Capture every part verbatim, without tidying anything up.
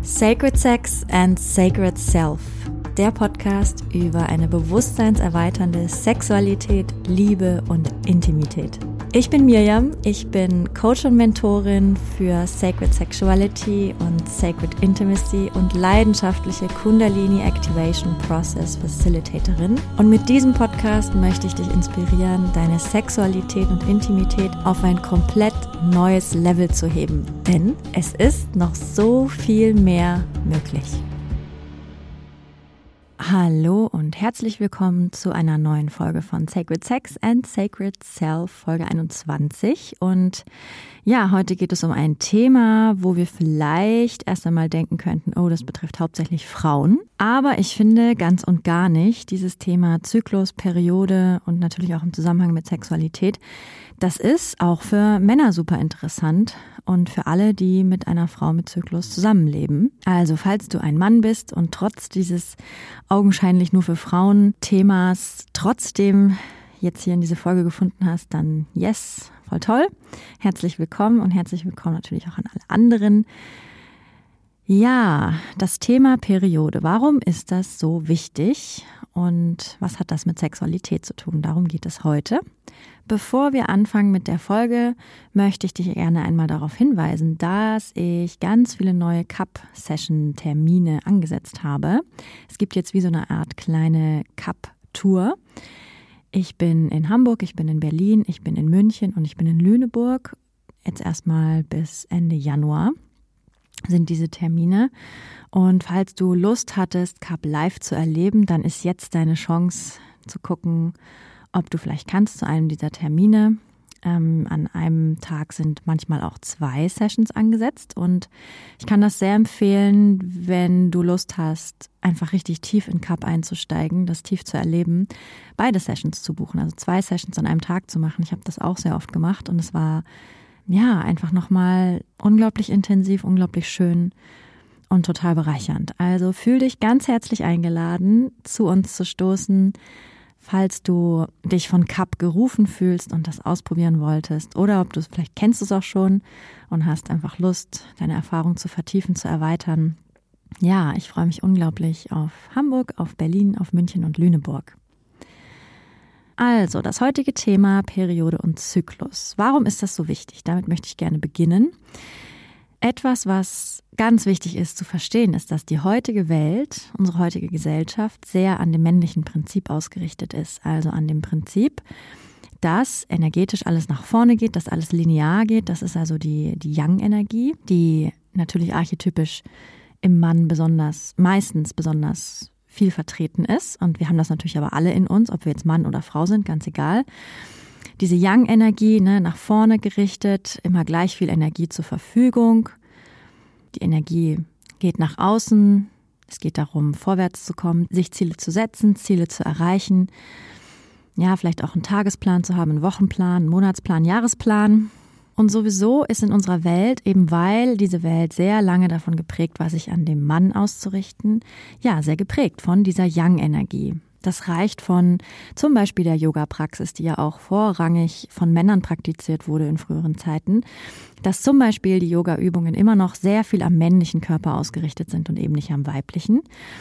Sacred Sex and Sacred Self, der Podcast über eine bewusstseinserweiternde Sexualität, Liebe und Intimität. Ich bin Mirjam, ich bin Coach und Mentorin für Sacred Sexuality und Sacred Intimacy und leidenschaftliche Kundalini Activation Process Facilitatorin. Und mit diesem Podcast möchte ich dich inspirieren, deine Sexualität und Intimität auf ein komplett neues Level zu heben. Denn es ist noch so viel mehr möglich. Hallo und herzlich willkommen zu einer neuen Folge von Sacred Sex and Sacred Self, Folge einundzwanzig. Und ja, heute geht es um ein Thema, wo wir vielleicht erst einmal denken könnten, oh, das betrifft hauptsächlich Frauen. Aber ich finde ganz und gar nicht dieses Thema Zyklus, Periode und natürlich auch im Zusammenhang mit Sexualität. Das ist auch für Männer super interessant und für alle, die mit einer Frau mit Zyklus zusammenleben. Also falls du ein Mann bist und trotz dieses augenscheinlich nur für Frauen Themas trotzdem jetzt hier in diese Folge gefunden hast, dann yes, voll toll. Herzlich willkommen und herzlich willkommen natürlich auch an alle anderen. Ja, das Thema Periode. Warum ist das so wichtig und was hat das mit Sexualität zu tun? Darum geht es heute. Bevor wir anfangen mit der Folge, möchte ich dich gerne einmal darauf hinweisen, dass ich ganz viele neue Cup-Session-Termine angesetzt habe. Es gibt jetzt wie so eine Art kleine Cup-Tour. Ich bin in Hamburg, ich bin in Berlin, ich bin in München und ich bin in Lüneburg. Jetzt erstmal bis Ende Januar sind diese Termine. Und falls du Lust hattest, Cup live zu erleben, dann ist jetzt deine Chance zu gucken, ob du vielleicht kannst zu einem dieser Termine. Ähm, an einem Tag sind manchmal auch zwei Sessions angesetzt und ich kann das sehr empfehlen, wenn du Lust hast, einfach richtig tief in Cup einzusteigen, das tief zu erleben, beide Sessions zu buchen, also zwei Sessions an einem Tag zu machen. Ich habe das auch sehr oft gemacht und es war ja einfach nochmal unglaublich intensiv, unglaublich schön und total bereichernd. Also fühl dich ganz herzlich eingeladen, zu uns zu stoßen, falls du dich von Cup gerufen fühlst und das ausprobieren wolltest oder ob du es, vielleicht kennst du es auch schon und hast einfach Lust, deine Erfahrung zu vertiefen, zu erweitern. Ja, ich freue mich unglaublich auf Hamburg, auf Berlin, auf München und Lüneburg. Also, das heutige Thema Periode und Zyklus. Warum ist das so wichtig? Damit möchte ich gerne beginnen. Etwas, was ganz wichtig ist zu verstehen, ist, dass die heutige Welt, unsere heutige Gesellschaft, sehr an dem männlichen Prinzip ausgerichtet ist. Also an dem Prinzip, dass energetisch alles nach vorne geht, dass alles linear geht. Das ist also die, die Yang-Energie, die natürlich archetypisch im Mann besonders, meistens besonders viel vertreten ist. Und wir haben das natürlich aber alle in uns, ob wir jetzt Mann oder Frau sind, ganz egal. Diese Yang-Energie, ne, nach vorne gerichtet, immer gleich viel Energie zur Verfügung. Die Energie geht nach außen. Es geht darum, vorwärts zu kommen, sich Ziele zu setzen, Ziele zu erreichen. Ja, vielleicht auch einen Tagesplan zu haben, einen Wochenplan, einen Monatsplan, einen Jahresplan. Und sowieso ist in unserer Welt, eben weil diese Welt sehr lange davon geprägt war, sich an dem Mann auszurichten, ja, sehr geprägt von dieser Yang-Energie. Das reicht von zum Beispiel der Yoga-Praxis, die ja auch vorrangig von Männern praktiziert wurde in früheren Zeiten, dass zum Beispiel die Yoga-Übungen immer noch sehr viel am männlichen Körper ausgerichtet sind und eben nicht am weiblichen.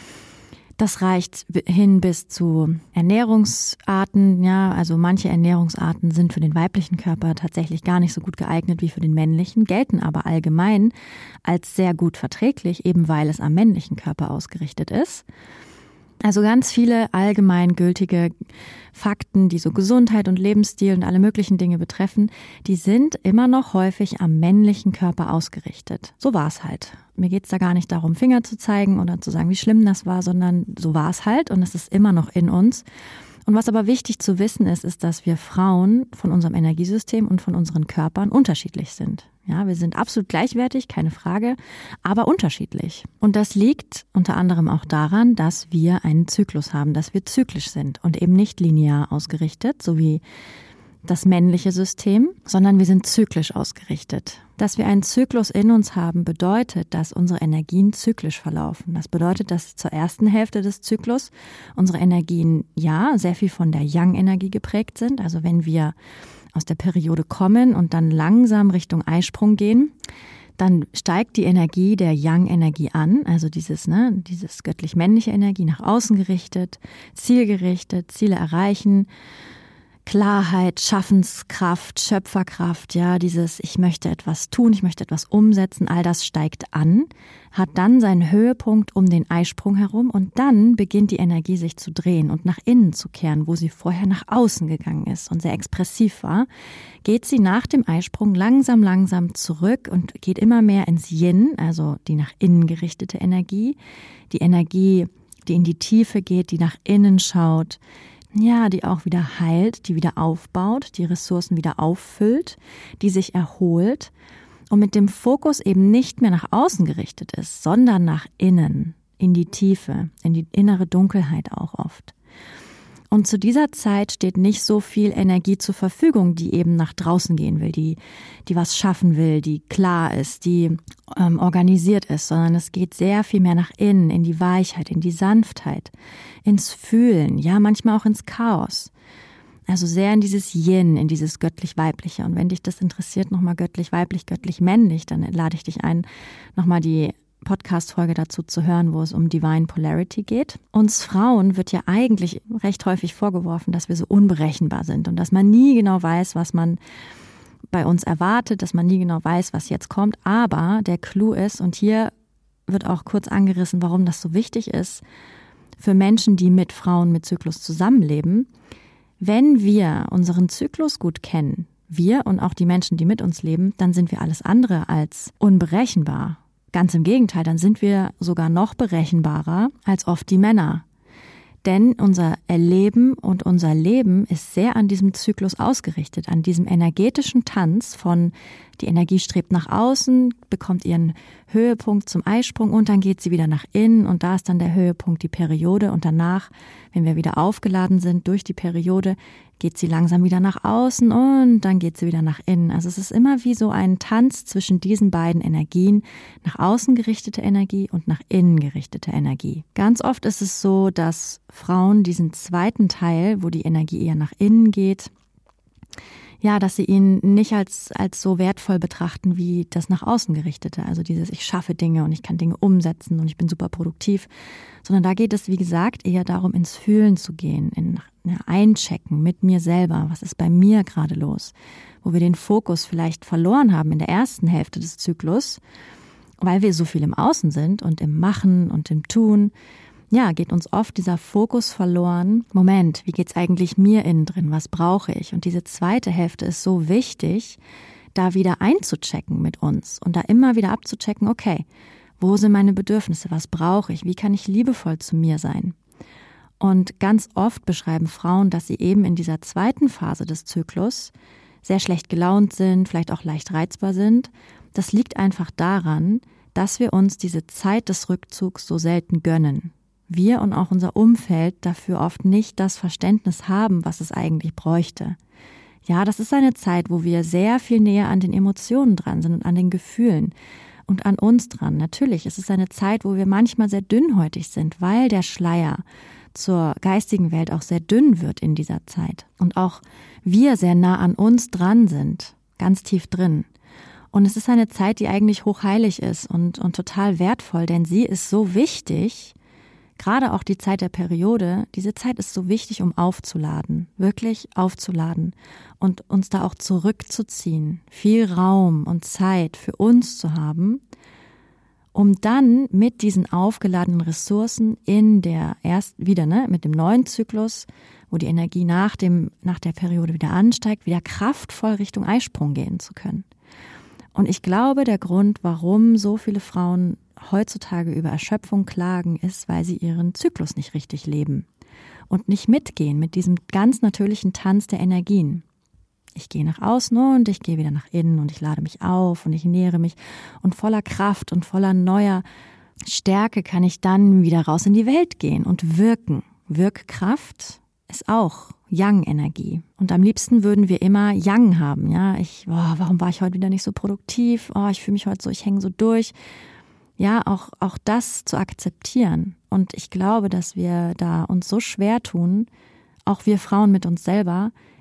Das reicht hin bis zu Ernährungsarten. Ja, also manche Ernährungsarten sind für den weiblichen Körper tatsächlich gar nicht so gut geeignet wie für den männlichen, gelten aber allgemein als sehr gut verträglich, eben weil es am männlichen Körper ausgerichtet ist. Also ganz viele allgemeingültige Fakten, die so Gesundheit und Lebensstil und alle möglichen Dinge betreffen, die sind immer noch häufig am männlichen Körper ausgerichtet. So war es halt. Mir geht es da gar nicht darum, Finger zu zeigen oder zu sagen, wie schlimm das war, sondern so war es halt und es ist immer noch in uns. Und was aber wichtig zu wissen ist, ist, dass wir Frauen von unserem Energiesystem und von unseren Körpern unterschiedlich sind. Ja, wir sind absolut gleichwertig, keine Frage, aber unterschiedlich. Und das liegt unter anderem auch daran, dass wir einen Zyklus haben, dass wir zyklisch sind und eben nicht linear ausgerichtet, so wie das männliche System, sondern wir sind zyklisch ausgerichtet. Dass wir einen Zyklus in uns haben, bedeutet, dass unsere Energien zyklisch verlaufen. Das bedeutet, dass zur ersten Hälfte des Zyklus unsere Energien, ja, sehr viel von der Yang-Energie geprägt sind. Also wenn wir aus der Periode kommen und dann langsam Richtung Eisprung gehen, Dann steigt die Energie der Yang-Energie an, also dieses, ne, dieses göttlich-männliche Energie nach außen gerichtet, zielgerichtet, Ziele erreichen, Klarheit, Schaffenskraft, Schöpferkraft, ja, dieses ich möchte etwas tun, ich möchte etwas umsetzen, all das steigt an, hat dann seinen Höhepunkt um den Eisprung herum und dann beginnt die Energie sich zu drehen und nach innen zu kehren, wo sie vorher nach außen gegangen ist und sehr expressiv war, geht sie nach dem Eisprung langsam, langsam zurück und geht immer mehr ins Yin, also die nach innen gerichtete Energie, die Energie, die in die Tiefe geht, die nach innen schaut, ja, die auch wieder heilt, die wieder aufbaut, die Ressourcen wieder auffüllt, die sich erholt und mit dem Fokus eben nicht mehr nach außen gerichtet ist, sondern nach innen, in die Tiefe, in die innere Dunkelheit auch oft. Und zu dieser Zeit steht nicht so viel Energie zur Verfügung, die eben nach draußen gehen will, die, die was schaffen will, die klar ist, die ähm, organisiert ist, sondern es geht sehr viel mehr nach innen, in die Weichheit, in die Sanftheit, ins Fühlen, ja, manchmal auch ins Chaos. Also sehr in dieses Yin, in dieses göttlich-weibliche. Und wenn dich das interessiert, nochmal göttlich-weiblich, göttlich-männlich, dann lade ich dich ein, nochmal die Podcast-Folge dazu zu hören, wo es um Divine Polarity geht. Uns Frauen wird ja eigentlich recht häufig vorgeworfen, dass wir so unberechenbar sind und dass man nie genau weiß, was man bei uns erwartet, dass man nie genau weiß, was jetzt kommt. Aber der Clou ist, und hier wird auch kurz angerissen, warum das so wichtig ist, für Menschen, die mit Frauen mit Zyklus zusammenleben, wenn wir unseren Zyklus gut kennen, wir und auch die Menschen, die mit uns leben, dann sind wir alles andere als unberechenbar. Ganz im Gegenteil, dann sind wir sogar noch berechenbarer als oft die Männer. Denn unser Erleben und unser Leben ist sehr an diesem Zyklus ausgerichtet, an diesem energetischen Tanz von die Energie strebt nach außen, bekommt ihren Höhepunkt zum Eisprung und dann geht sie wieder nach innen und da ist dann der Höhepunkt die Periode und danach, wenn wir wieder aufgeladen sind durch die Periode, geht sie langsam wieder nach außen und dann geht sie wieder nach innen. Also es ist immer wie so ein Tanz zwischen diesen beiden Energien, nach außen gerichtete Energie und nach innen gerichtete Energie. Ganz oft ist es so, dass Frauen diesen zweiten Teil, wo die Energie eher nach innen geht, ja, dass sie ihn nicht als, als so wertvoll betrachten wie das nach außen gerichtete. Also dieses, ich schaffe Dinge und ich kann Dinge umsetzen und ich bin super produktiv. Sondern da geht es, wie gesagt, eher darum, ins Fühlen zu gehen, in ja, Einchecken mit mir selber. Was ist bei mir gerade los? Wo wir den Fokus vielleicht verloren haben in der ersten Hälfte des Zyklus, weil wir so viel im Außen sind und im Machen und im Tun. Ja, geht uns oft dieser Fokus verloren. Moment, wie geht's eigentlich mir innen drin? Was brauche ich? Und diese zweite Hälfte ist so wichtig, da wieder einzuchecken mit uns und da immer wieder abzuchecken, okay, wo sind meine Bedürfnisse? Was brauche ich? Wie kann ich liebevoll zu mir sein? Und ganz oft beschreiben Frauen, dass sie eben in dieser zweiten Phase des Zyklus sehr schlecht gelaunt sind, vielleicht auch leicht reizbar sind. Das liegt einfach daran, dass wir uns diese Zeit des Rückzugs so selten gönnen. Wir und auch unser Umfeld dafür oft nicht das Verständnis haben, was es eigentlich bräuchte. Ja, das ist eine Zeit, wo wir sehr viel näher an den Emotionen dran sind und an den Gefühlen und an uns dran. Natürlich, es ist eine Zeit, wo wir manchmal sehr dünnhäutig sind, weil der Schleier zur geistigen Welt auch sehr dünn wird in dieser Zeit. Und auch wir sehr nah an uns dran sind, ganz tief drin. Und es ist eine Zeit, die eigentlich hochheilig ist und, und total wertvoll, denn sie ist so wichtig. Gerade auch die Zeit der Periode, diese Zeit ist so wichtig, um aufzuladen, wirklich aufzuladen und uns da auch zurückzuziehen, viel Raum und Zeit für uns zu haben, um dann mit diesen aufgeladenen Ressourcen in der erst wieder, ne, mit dem neuen Zyklus, wo die Energie nach dem, nach der Periode wieder ansteigt, wieder kraftvoll Richtung Eisprung gehen zu können. Und ich glaube, der Grund, warum so viele Frauen heutzutage über Erschöpfung klagen, ist, weil sie ihren Zyklus nicht richtig leben und nicht mitgehen mit diesem ganz natürlichen Tanz der Energien. Ich gehe nach außen und ich gehe wieder nach innen und ich lade mich auf und ich nähere mich und voller Kraft und voller neuer Stärke kann ich dann wieder raus in die Welt gehen und wirken. Wirkkraft ist auch Yang-Energie. Und am liebsten würden wir immer Yang haben. Ja, ich, boah, warum war ich heute wieder nicht so produktiv? Oh, ich fühle mich heute so, ich hänge so durch. Ja, auch, auch das zu akzeptieren. Und ich glaube, dass wir da uns so schwer tun, auch wir Frauen mit uns selber,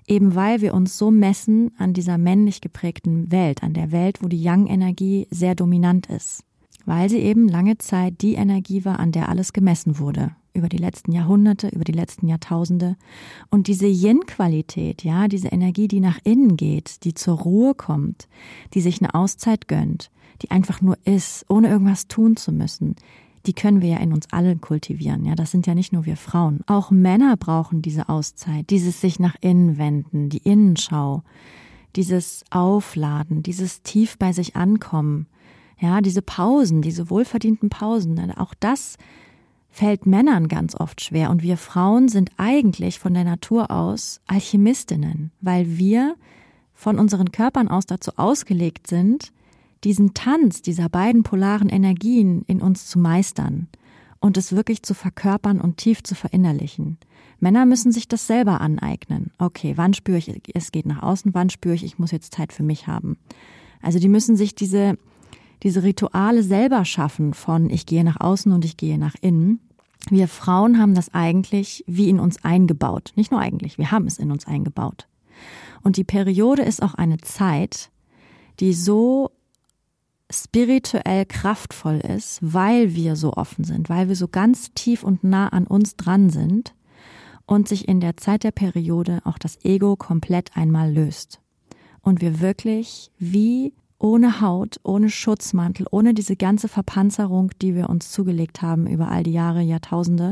Eben weil wir uns so messen an dieser männlich geprägten Welt, an der Welt, wo die Yang-Energie sehr dominant ist. Weil sie eben lange Zeit die Energie war, an der alles gemessen wurde. Über die letzten Jahrhunderte, über die letzten Jahrtausende. Und diese Yin-Qualität, ja, diese Energie, die nach innen geht, die zur Ruhe kommt, die sich eine Auszeit gönnt, die einfach nur ist, ohne irgendwas tun zu müssen, die können wir ja in uns allen kultivieren. Ja, das sind ja nicht nur wir Frauen. Auch Männer brauchen diese Auszeit, dieses sich nach innen wenden, die Innenschau, dieses Aufladen, dieses tief bei sich ankommen. Ja, diese Pausen, diese wohlverdienten Pausen. Auch das fällt Männern ganz oft schwer. Und wir Frauen sind eigentlich von der Natur aus Alchemistinnen, weil wir von unseren Körpern aus dazu ausgelegt sind, diesen Tanz dieser beiden polaren Energien in uns zu meistern und es wirklich zu verkörpern und tief zu verinnerlichen. Männer müssen sich das selber aneignen. Okay, wann spüre ich, es geht nach außen, wann spüre ich, ich muss jetzt Zeit für mich haben. Also die müssen sich diese, diese Rituale selber schaffen von ich gehe nach außen und ich gehe nach innen. Wir Frauen haben das eigentlich wie in uns eingebaut. Nicht nur eigentlich, wir haben es in uns eingebaut. Und die Periode ist auch eine Zeit, die so spirituell kraftvoll ist, weil wir so offen sind, weil wir so ganz tief und nah an uns dran sind und sich in der Zeit der Periode auch das Ego komplett einmal löst. Und wir wirklich wie ohne Haut, ohne Schutzmantel, ohne diese ganze Verpanzerung, die wir uns zugelegt haben über all die Jahre, Jahrtausende,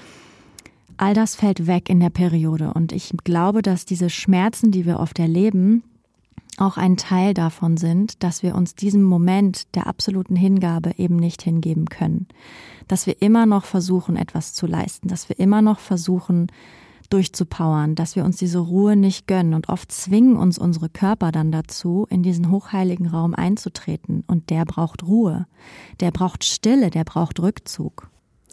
all das fällt weg in der Periode. Und ich glaube, dass diese Schmerzen, die wir oft erleben, auch ein Teil davon sind, dass wir uns diesem Moment der absoluten Hingabe eben nicht hingeben können. Dass wir immer noch versuchen, etwas zu leisten, dass wir immer noch versuchen, durchzupowern, dass wir uns diese Ruhe nicht gönnen. Und oft zwingen uns unsere Körper dann dazu, in diesen hochheiligen Raum einzutreten. Und der braucht Ruhe, der braucht Stille, der braucht Rückzug.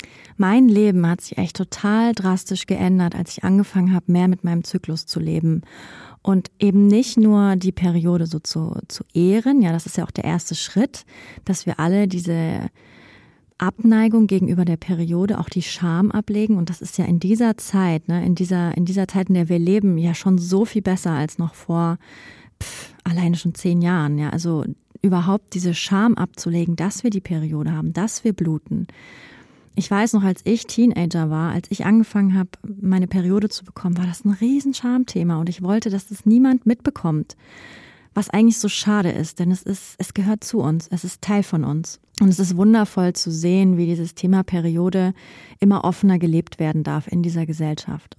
Mein Leben hat sich echt total drastisch geändert, als ich angefangen habe, mehr mit meinem Zyklus zu leben. Und eben nicht nur die Periode so zu, zu ehren, ja, das ist ja auch der erste Schritt, dass wir alle diese Abneigung gegenüber der Periode, auch die Scham ablegen. Und das ist ja in dieser Zeit, ne, in dieser, in dieser Zeit, in der wir leben, ja schon so viel besser als noch vor pff, alleine schon zehn Jahren. Ja, also überhaupt diese Scham abzulegen, dass wir die Periode haben, dass wir bluten. Ich weiß noch, als ich Teenager war, als ich angefangen habe, meine Periode zu bekommen, war das ein riesen Schamthema und ich wollte, dass das niemand mitbekommt, was eigentlich so schade ist, denn es ist, es gehört zu uns, es ist Teil von uns und es ist wundervoll zu sehen, wie dieses Thema Periode immer offener gelebt werden darf in dieser Gesellschaft.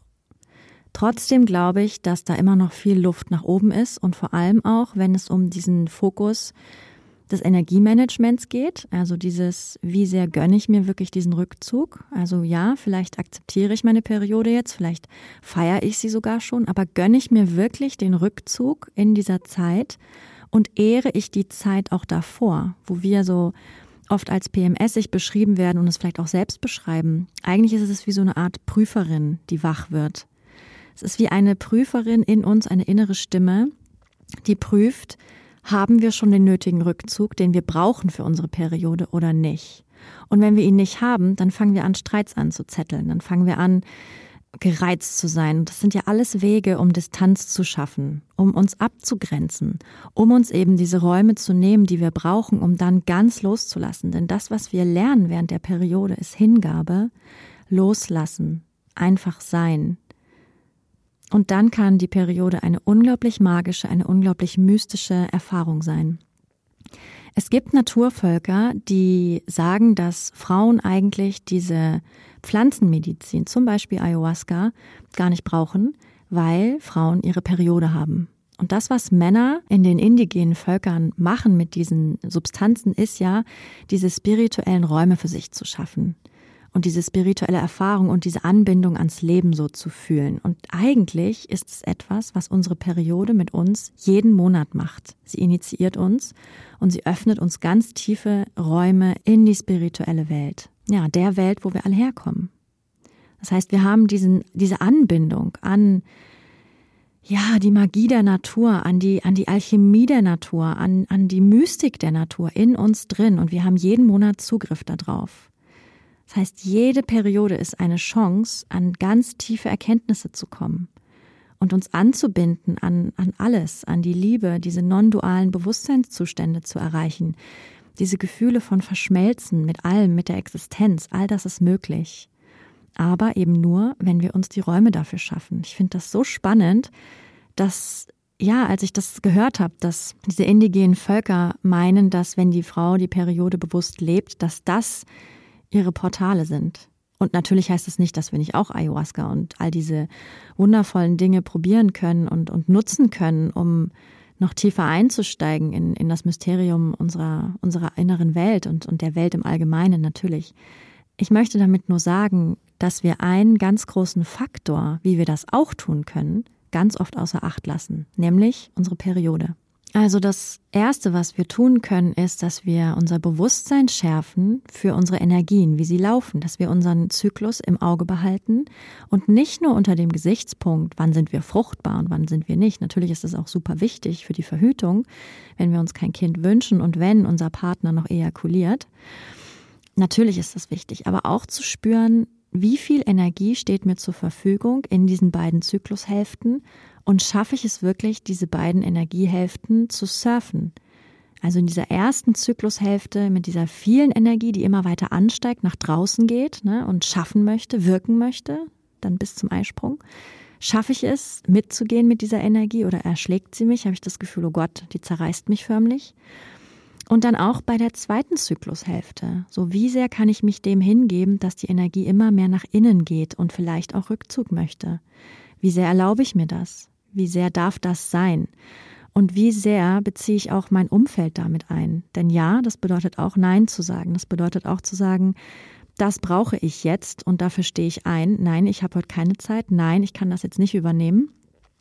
Trotzdem glaube ich, dass da immer noch viel Luft nach oben ist und vor allem auch, wenn es um diesen Fokus des Energiemanagements geht, also dieses, wie sehr gönne ich mir wirklich diesen Rückzug? Also ja, vielleicht akzeptiere ich meine Periode jetzt, vielleicht feiere ich sie sogar schon, aber gönne ich mir wirklich den Rückzug in dieser Zeit und ehre ich die Zeit auch davor, wo wir so oft als P M S-ig beschrieben werden und es vielleicht auch selbst beschreiben. Eigentlich ist es wie so eine Art Prüferin, die wach wird. Es ist wie eine Prüferin in uns, eine innere Stimme, die prüft, haben wir schon den nötigen Rückzug, den wir brauchen für unsere Periode oder nicht? Und wenn wir ihn nicht haben, dann fangen wir an, Streits anzuzetteln. Dann fangen wir an, gereizt zu sein. Und das sind ja alles Wege, um Distanz zu schaffen, um uns abzugrenzen, um uns eben diese Räume zu nehmen, die wir brauchen, um dann ganz loszulassen. Denn das, was wir lernen während der Periode, ist Hingabe, loslassen, einfach sein. Und dann kann die Periode eine unglaublich magische, eine unglaublich mystische Erfahrung sein. Es gibt Naturvölker, die sagen, dass Frauen eigentlich diese Pflanzenmedizin, zum Beispiel Ayahuasca, gar nicht brauchen, weil Frauen ihre Periode haben. Und das, was Männer in den indigenen Völkern machen mit diesen Substanzen, ist ja, diese spirituellen Räume für sich zu schaffen. Und diese spirituelle Erfahrung und diese Anbindung ans Leben so zu fühlen. Und eigentlich ist es etwas, was unsere Periode mit uns jeden Monat macht. Sie initiiert uns und sie öffnet uns ganz tiefe Räume in die spirituelle Welt. Ja, der Welt, wo wir alle herkommen. Das heißt, wir haben diesen, diese Anbindung an, ja, die Magie der Natur, an die, an die Alchemie der Natur, an, an die Mystik der Natur in uns drin. Und wir haben jeden Monat Zugriff darauf. Das heißt, jede Periode ist eine Chance, an ganz tiefe Erkenntnisse zu kommen. und uns anzubinden an, an alles, an die Liebe, diese non-dualen Bewusstseinszustände zu erreichen, diese Gefühle von Verschmelzen mit allem, mit der Existenz, all das ist möglich. Aber eben nur, wenn wir uns die Räume dafür schaffen. Ich finde das so spannend, dass, ja, als ich das gehört habe, dass diese indigenen Völker meinen, dass wenn die Frau die Periode bewusst lebt, dass das ihre Portale sind. Und natürlich heißt das nicht, dass wir nicht auch Ayahuasca und all diese wundervollen Dinge probieren können und, und nutzen können, um noch tiefer einzusteigen in, in das Mysterium unserer, unserer inneren Welt und, und der Welt im Allgemeinen natürlich. Ich möchte damit nur sagen, dass wir einen ganz großen Faktor, wie wir das auch tun können, ganz oft außer Acht lassen, nämlich unsere Periode. Also das Erste, was wir tun können, ist, dass wir unser Bewusstsein schärfen für unsere Energien, wie sie laufen, dass wir unseren Zyklus im Auge behalten und nicht nur unter dem Gesichtspunkt, wann sind wir fruchtbar und wann sind wir nicht. Natürlich ist das auch super wichtig für die Verhütung, wenn wir uns kein Kind wünschen und wenn unser Partner noch ejakuliert. Natürlich ist das wichtig, aber auch zu spüren, wie viel Energie steht mir zur Verfügung in diesen beiden Zyklushälften und schaffe ich es wirklich, diese beiden Energiehälften zu surfen. Also in dieser ersten Zyklushälfte mit dieser vielen Energie, die immer weiter ansteigt, nach draußen geht, ne, und schaffen möchte, wirken möchte, dann bis zum Eisprung. Schaffe ich es, mitzugehen mit dieser Energie oder erschlägt sie mich? Habe ich das Gefühl, oh Gott, die zerreißt mich förmlich? Und dann auch bei der zweiten Zyklushälfte. So wie sehr kann ich mich dem hingeben, dass die Energie immer mehr nach innen geht und vielleicht auch Rückzug möchte? Wie sehr erlaube ich mir das? Wie sehr darf das sein? Und wie sehr beziehe ich auch mein Umfeld damit ein? Denn ja, das bedeutet auch Nein zu sagen. Das bedeutet auch zu sagen, das brauche ich jetzt und dafür stehe ich ein. Nein, ich habe heute keine Zeit. Nein, ich kann das jetzt nicht übernehmen.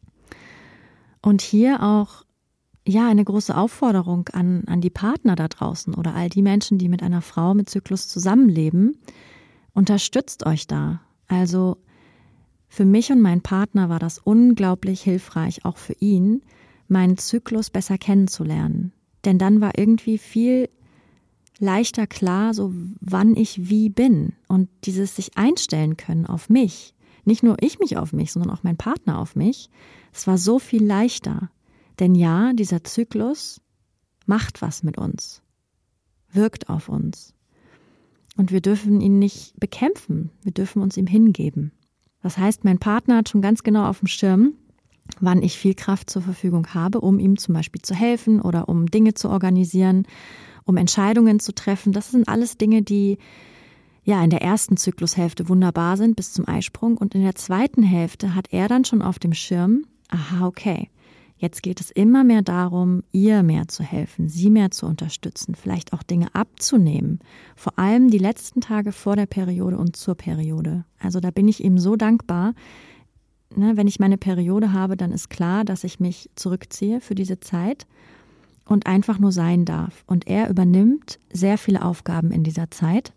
Und hier auch ja, eine große Aufforderung an, an die Partner da draußen oder all die Menschen, die mit einer Frau mit Zyklus zusammenleben. Unterstützt euch da. Also für mich und meinen Partner war das unglaublich hilfreich, auch für ihn, meinen Zyklus besser kennenzulernen. Denn dann war irgendwie viel leichter klar, so wann ich wie bin. Und dieses sich einstellen können auf mich. Nicht nur ich mich auf mich, sondern auch mein Partner auf mich. Es war so viel leichter. Denn ja, dieser Zyklus macht was mit uns, wirkt auf uns. Und wir dürfen ihn nicht bekämpfen, wir dürfen uns ihm hingeben. Das heißt, mein Partner hat schon ganz genau auf dem Schirm, wann ich viel Kraft zur Verfügung habe, um ihm zum Beispiel zu helfen oder um Dinge zu organisieren, um Entscheidungen zu treffen. Das sind alles Dinge, die ja in der ersten Zyklushälfte wunderbar sind bis zum Eisprung. Und in der zweiten Hälfte hat er dann schon auf dem Schirm, aha, okay, jetzt geht es immer mehr darum, ihr mehr zu helfen, sie mehr zu unterstützen, vielleicht auch Dinge abzunehmen. Vor allem die letzten Tage vor der Periode und zur Periode. Also da bin ich ihm so dankbar. Ne, wenn ich meine Periode habe, dann ist klar, dass ich mich zurückziehe für diese Zeit und einfach nur sein darf. Und er übernimmt sehr viele Aufgaben in dieser Zeit.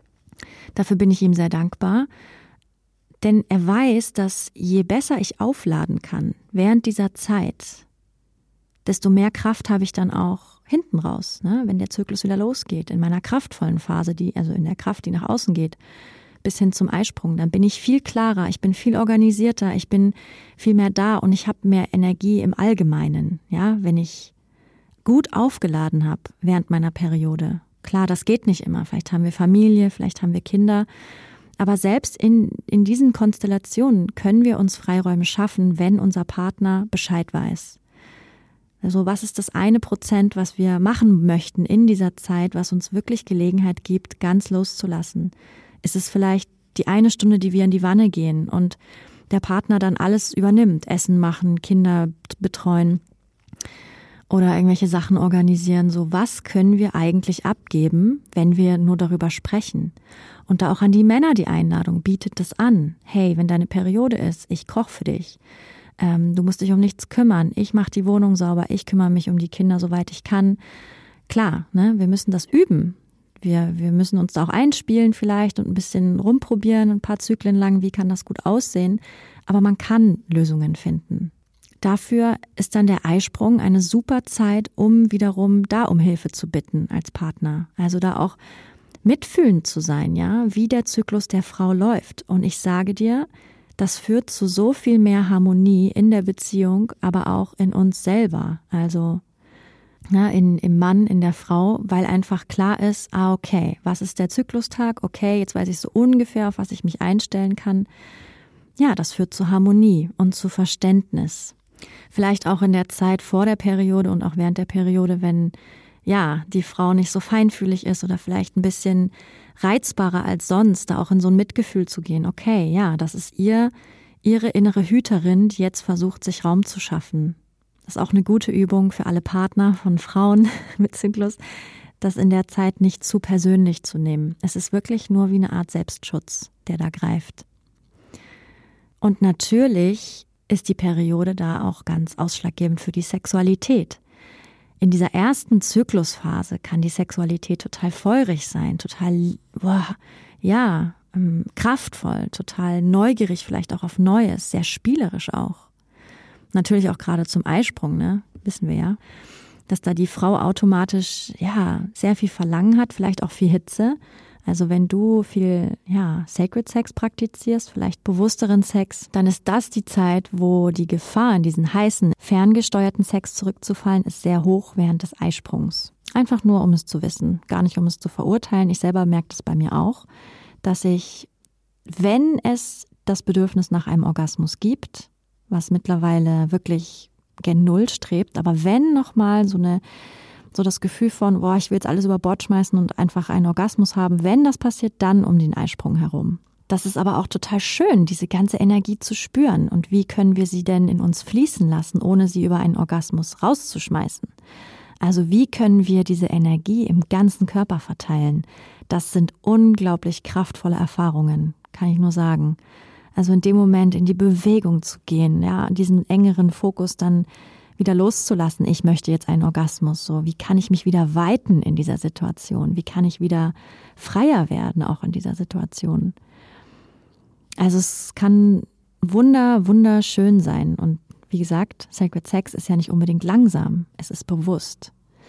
Dafür bin ich ihm sehr dankbar. Denn er weiß, dass je besser ich aufladen kann während dieser Zeit, desto mehr Kraft habe ich dann auch hinten raus, ne? Wenn der Zyklus wieder losgeht, in meiner kraftvollen Phase, die also in der Kraft, die nach außen geht, bis hin zum Eisprung. Dann bin ich viel klarer, ich bin viel organisierter, ich bin viel mehr da und ich habe mehr Energie im Allgemeinen, ja, wenn ich gut aufgeladen habe während meiner Periode. Klar, das geht nicht immer. Vielleicht haben wir Familie, vielleicht haben wir Kinder. Aber selbst in, in diesen Konstellationen können wir uns Freiräume schaffen, wenn unser Partner Bescheid weiß. Also was ist das eine Prozent, was wir machen möchten in dieser Zeit, was uns wirklich Gelegenheit gibt, ganz loszulassen? Ist es vielleicht die eine Stunde, die wir in die Wanne gehen und der Partner dann alles übernimmt, Essen machen, Kinder betreuen oder irgendwelche Sachen organisieren? So, was können wir eigentlich abgeben, wenn wir nur darüber sprechen? Und da auch an die Männer die Einladung, bietet das an. Hey, wenn deine Periode ist, ich koche für dich. Ähm, du musst dich um nichts kümmern. Ich mache die Wohnung sauber. Ich kümmere mich um die Kinder, soweit ich kann. Klar, ne, wir müssen das üben. Wir, wir müssen uns da auch einspielen vielleicht und ein bisschen rumprobieren, ein paar Zyklen lang. Wie kann das gut aussehen? Aber man kann Lösungen finden. Dafür ist dann der Eisprung eine super Zeit, um wiederum da um Hilfe zu bitten als Partner. Also da auch mitfühlend zu sein, ja, wie der Zyklus der Frau läuft. Und ich sage dir, das führt zu so viel mehr Harmonie in der Beziehung, aber auch in uns selber. Also ja, in, im Mann, in der Frau, weil einfach klar ist, ah okay, was ist der Zyklustag? Okay, jetzt weiß ich so ungefähr, auf was ich mich einstellen kann. Ja, das führt zu Harmonie und zu Verständnis. Vielleicht auch in der Zeit vor der Periode und auch während der Periode, wenn ja die Frau nicht so feinfühlig ist oder vielleicht ein bisschen reizbarer als sonst, da auch in so ein Mitgefühl zu gehen. Okay, ja, das ist ihr, ihre innere Hüterin, die jetzt versucht, sich Raum zu schaffen. Das ist auch eine gute Übung für alle Partner von Frauen mit Zyklus, das in der Zeit nicht zu persönlich zu nehmen. Es ist wirklich nur wie eine Art Selbstschutz, der da greift. Und natürlich ist die Periode da auch ganz ausschlaggebend für die Sexualität. In dieser ersten Zyklusphase kann die Sexualität total feurig sein, total, boah, ja, ähm, kraftvoll, total neugierig, vielleicht auch auf Neues, sehr spielerisch auch. Natürlich auch gerade zum Eisprung, ne, wissen wir ja, dass da die Frau automatisch, ja, sehr viel Verlangen hat, vielleicht auch viel Hitze. Also wenn du viel, ja, Sacred Sex praktizierst, vielleicht bewussteren Sex, dann ist das die Zeit, wo die Gefahr, in diesen heißen, ferngesteuerten Sex zurückzufallen, ist sehr hoch während des Eisprungs. Einfach nur, um es zu wissen, gar nicht, um es zu verurteilen. Ich selber merke das bei mir auch, dass ich, wenn es das Bedürfnis nach einem Orgasmus gibt, was mittlerweile wirklich gen Null strebt, aber wenn nochmal so eine so das Gefühl von, boah, ich will jetzt alles über Bord schmeißen und einfach einen Orgasmus haben, wenn das passiert, dann um den Eisprung herum. Das ist aber auch total schön, diese ganze Energie zu spüren. Und wie können wir sie denn in uns fließen lassen, ohne sie über einen Orgasmus rauszuschmeißen? Also wie können wir diese Energie im ganzen Körper verteilen? Das sind unglaublich kraftvolle Erfahrungen, kann ich nur sagen. Also in dem Moment in die Bewegung zu gehen, ja, diesen engeren Fokus dann wieder loszulassen. Ich möchte jetzt einen Orgasmus. So, wie kann ich mich wieder weiten in dieser Situation? Wie kann ich wieder freier werden auch in dieser Situation? Also es kann wunder, wunderschön sein. Und wie gesagt, Sacred Sex ist ja nicht unbedingt langsam. Es ist bewusst.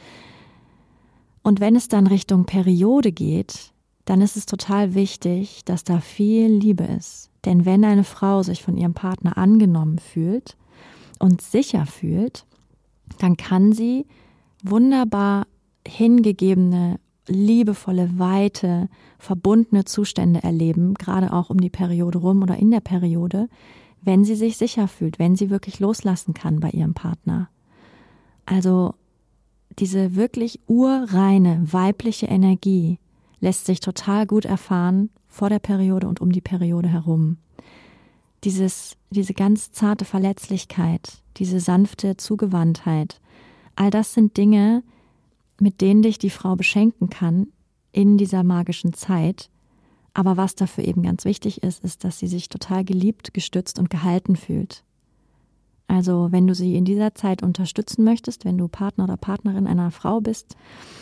Und wenn es dann Richtung Periode geht, dann ist es total wichtig, dass da viel Liebe ist. Denn wenn eine Frau sich von ihrem Partner angenommen fühlt und sicher fühlt, dann kann sie wunderbar hingegebene, liebevolle, weite, verbundene Zustände erleben, gerade auch um die Periode rum oder in der Periode, wenn sie sich sicher fühlt, wenn sie wirklich loslassen kann bei ihrem Partner. Also diese wirklich urreine weibliche Energie lässt sich total gut erfahren vor der Periode und um die Periode herum. Dieses, diese ganz zarte Verletzlichkeit, diese sanfte Zugewandtheit, all das sind Dinge, mit denen dich die Frau beschenken kann in dieser magischen Zeit. Aber was dafür eben ganz wichtig ist, ist, dass sie sich total geliebt, gestützt und gehalten fühlt. Also wenn du sie in dieser Zeit unterstützen möchtest, wenn du Partner oder Partnerin einer Frau bist,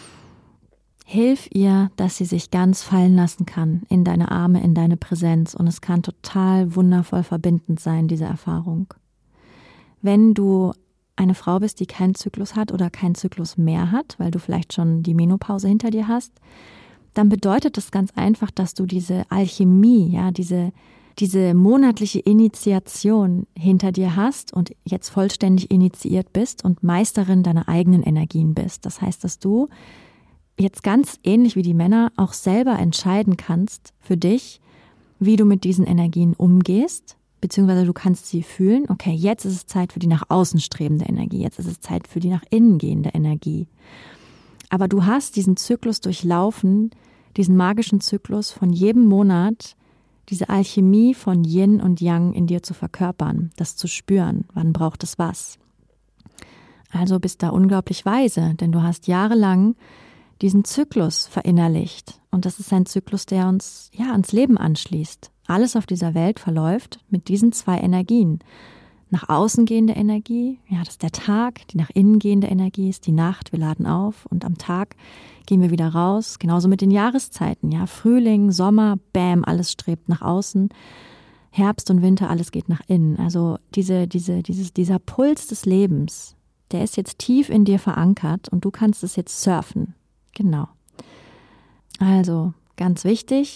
hilf ihr, dass sie sich ganz fallen lassen kann in deine Arme, in deine Präsenz. Und es kann total wundervoll verbindend sein, diese Erfahrung. Wenn du eine Frau bist, die keinen Zyklus hat oder keinen Zyklus mehr hat, weil du vielleicht schon die Menopause hinter dir hast, dann bedeutet das ganz einfach, dass du diese Alchemie, ja, diese, diese monatliche Initiation hinter dir hast und jetzt vollständig initiiert bist und Meisterin deiner eigenen Energien bist. Das heißt, dass du jetzt ganz ähnlich wie die Männer auch selber entscheiden kannst für dich, wie du mit diesen Energien umgehst, beziehungsweise du kannst sie fühlen. Okay, jetzt ist es Zeit für die nach außen strebende Energie, jetzt ist es Zeit für die nach innen gehende Energie. Aber du hast diesen Zyklus durchlaufen, diesen magischen Zyklus von jedem Monat, diese Alchemie von Yin und Yang in dir zu verkörpern, das zu spüren, wann braucht es was. Also bist da unglaublich weise, denn du hast jahrelang diesen Zyklus verinnerlicht. Und das ist ein Zyklus, der uns ja ans Leben anschließt. Alles auf dieser Welt verläuft mit diesen zwei Energien. Nach außen gehende Energie, ja, das ist der Tag. Die nach innen gehende Energie ist die Nacht. Wir laden auf und am Tag gehen wir wieder raus. Genauso mit den Jahreszeiten, ja, Frühling, Sommer, bam, alles strebt nach außen. Herbst und Winter, alles geht nach innen. Also diese, diese, dieses, dieser Puls des Lebens, der ist jetzt tief in dir verankert und du kannst es jetzt surfen. Genau. Also, ganz wichtig,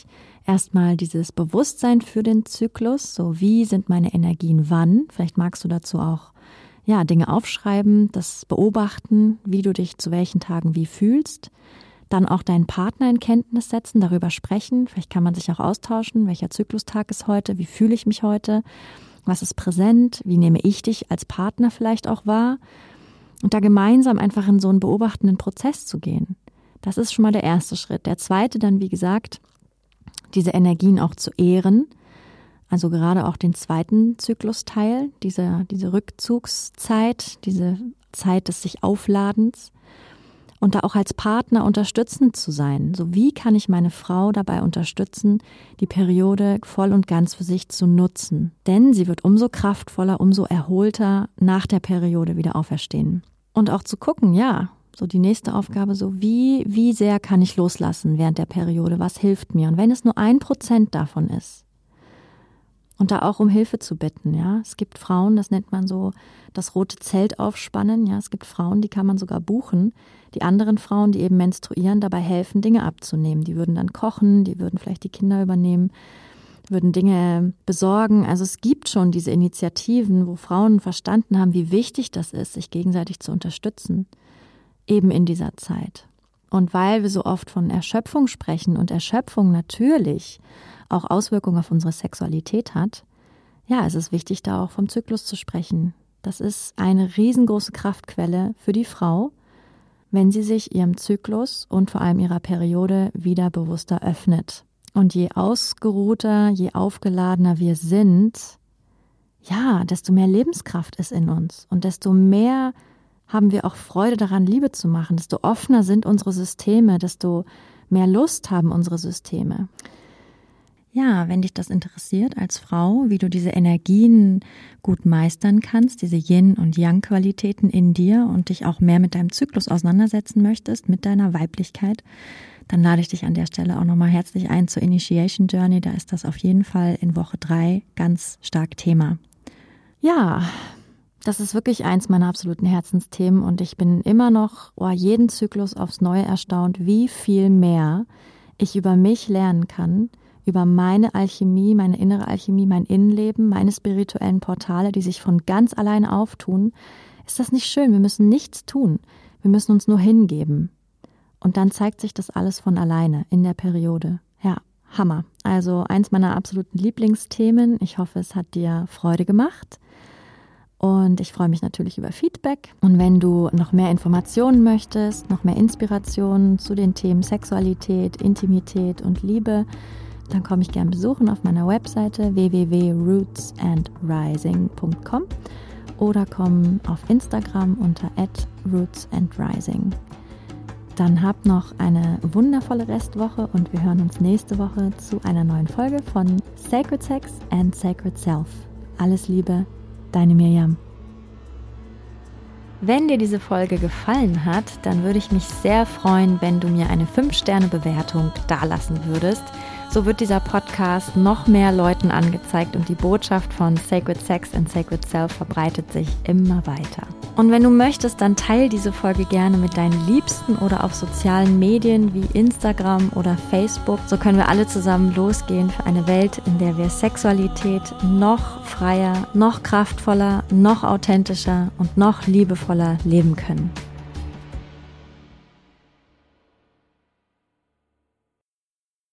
erstmal dieses Bewusstsein für den Zyklus, so wie sind meine Energien wann. Vielleicht magst du dazu auch ja, Dinge aufschreiben, das beobachten, wie du dich zu welchen Tagen wie fühlst. Dann auch deinen Partner in Kenntnis setzen, darüber sprechen. Vielleicht kann man sich auch austauschen, welcher Zyklustag ist heute, wie fühle ich mich heute, was ist präsent, wie nehme ich dich als Partner vielleicht auch wahr. Und da gemeinsam einfach in so einen beobachtenden Prozess zu gehen. Das ist schon mal der erste Schritt. Der zweite dann, wie gesagt, diese Energien auch zu ehren. Also gerade auch den zweiten Zyklusteil, diese, diese Rückzugszeit, diese Zeit des sich Aufladens. Und da auch als Partner unterstützend zu sein. So wie kann ich meine Frau dabei unterstützen, die Periode voll und ganz für sich zu nutzen? Denn sie wird umso kraftvoller, umso erholter nach der Periode wieder auferstehen. Und auch zu gucken, ja, so die nächste Aufgabe, so wie, wie sehr kann ich loslassen während der Periode? Was hilft mir? Und wenn es nur ein Prozent davon ist, und da auch um Hilfe zu bitten, ja. Es gibt Frauen, das nennt man so das rote Zelt aufspannen, ja. Es gibt Frauen, die kann man sogar buchen. Die anderen Frauen, die eben menstruieren, dabei helfen, Dinge abzunehmen. Die würden dann kochen, die würden vielleicht die Kinder übernehmen, würden Dinge besorgen. Also es gibt schon diese Initiativen, wo Frauen verstanden haben, wie wichtig das ist, sich gegenseitig zu unterstützen, eben in dieser Zeit. Und weil wir so oft von Erschöpfung sprechen und Erschöpfung natürlich auch Auswirkungen auf unsere Sexualität hat, ja, es ist wichtig, da auch vom Zyklus zu sprechen. Das ist eine riesengroße Kraftquelle für die Frau, wenn sie sich ihrem Zyklus und vor allem ihrer Periode wieder bewusster öffnet. Und je ausgeruhter, je aufgeladener wir sind, ja, desto mehr Lebenskraft ist in uns und desto mehr haben wir auch Freude daran, Liebe zu machen, desto offener sind unsere Systeme, desto mehr Lust haben unsere Systeme. Ja, wenn dich das interessiert als Frau, wie du diese Energien gut meistern kannst, diese Yin- und Yang-Qualitäten in dir und dich auch mehr mit deinem Zyklus auseinandersetzen möchtest, mit deiner Weiblichkeit, dann lade ich dich an der Stelle auch nochmal herzlich ein zur Initiation Journey. Da ist das auf jeden Fall in Woche drei ganz stark Thema. Ja, das ist wirklich eins meiner absoluten Herzensthemen und ich bin immer noch oh, jeden Zyklus aufs Neue erstaunt, wie viel mehr ich über mich lernen kann, über meine Alchemie, meine innere Alchemie, mein Innenleben, meine spirituellen Portale, die sich von ganz alleine auftun. Ist das nicht schön? Wir müssen nichts tun. Wir müssen uns nur hingeben. Und dann zeigt sich das alles von alleine in der Periode. Ja, Hammer. Also eins meiner absoluten Lieblingsthemen. Ich hoffe, es hat dir Freude gemacht. Und ich freue mich natürlich über Feedback. Und wenn du noch mehr Informationen möchtest, noch mehr Inspirationen zu den Themen Sexualität, Intimität und Liebe, dann komme ich gern besuchen auf meiner Webseite w w w punkt roots and rising punkt com oder komm auf Instagram unter at roots and rising. Dann hab noch eine wundervolle Restwoche und wir hören uns nächste Woche zu einer neuen Folge von Sacred Sex and Sacred Self. Alles Liebe, deine Mirjam. Wenn dir diese Folge gefallen hat, dann würde ich mich sehr freuen, wenn du mir eine fünf Sterne Bewertung dalassen würdest. So wird dieser Podcast noch mehr Leuten angezeigt und die Botschaft von Sacred Sex and Sacred Self verbreitet sich immer weiter. Und wenn du möchtest, dann teile diese Folge gerne mit deinen Liebsten oder auf sozialen Medien wie Instagram oder Facebook. So können wir alle zusammen losgehen für eine Welt, in der wir Sexualität noch freier, noch kraftvoller, noch authentischer und noch liebevoller leben können.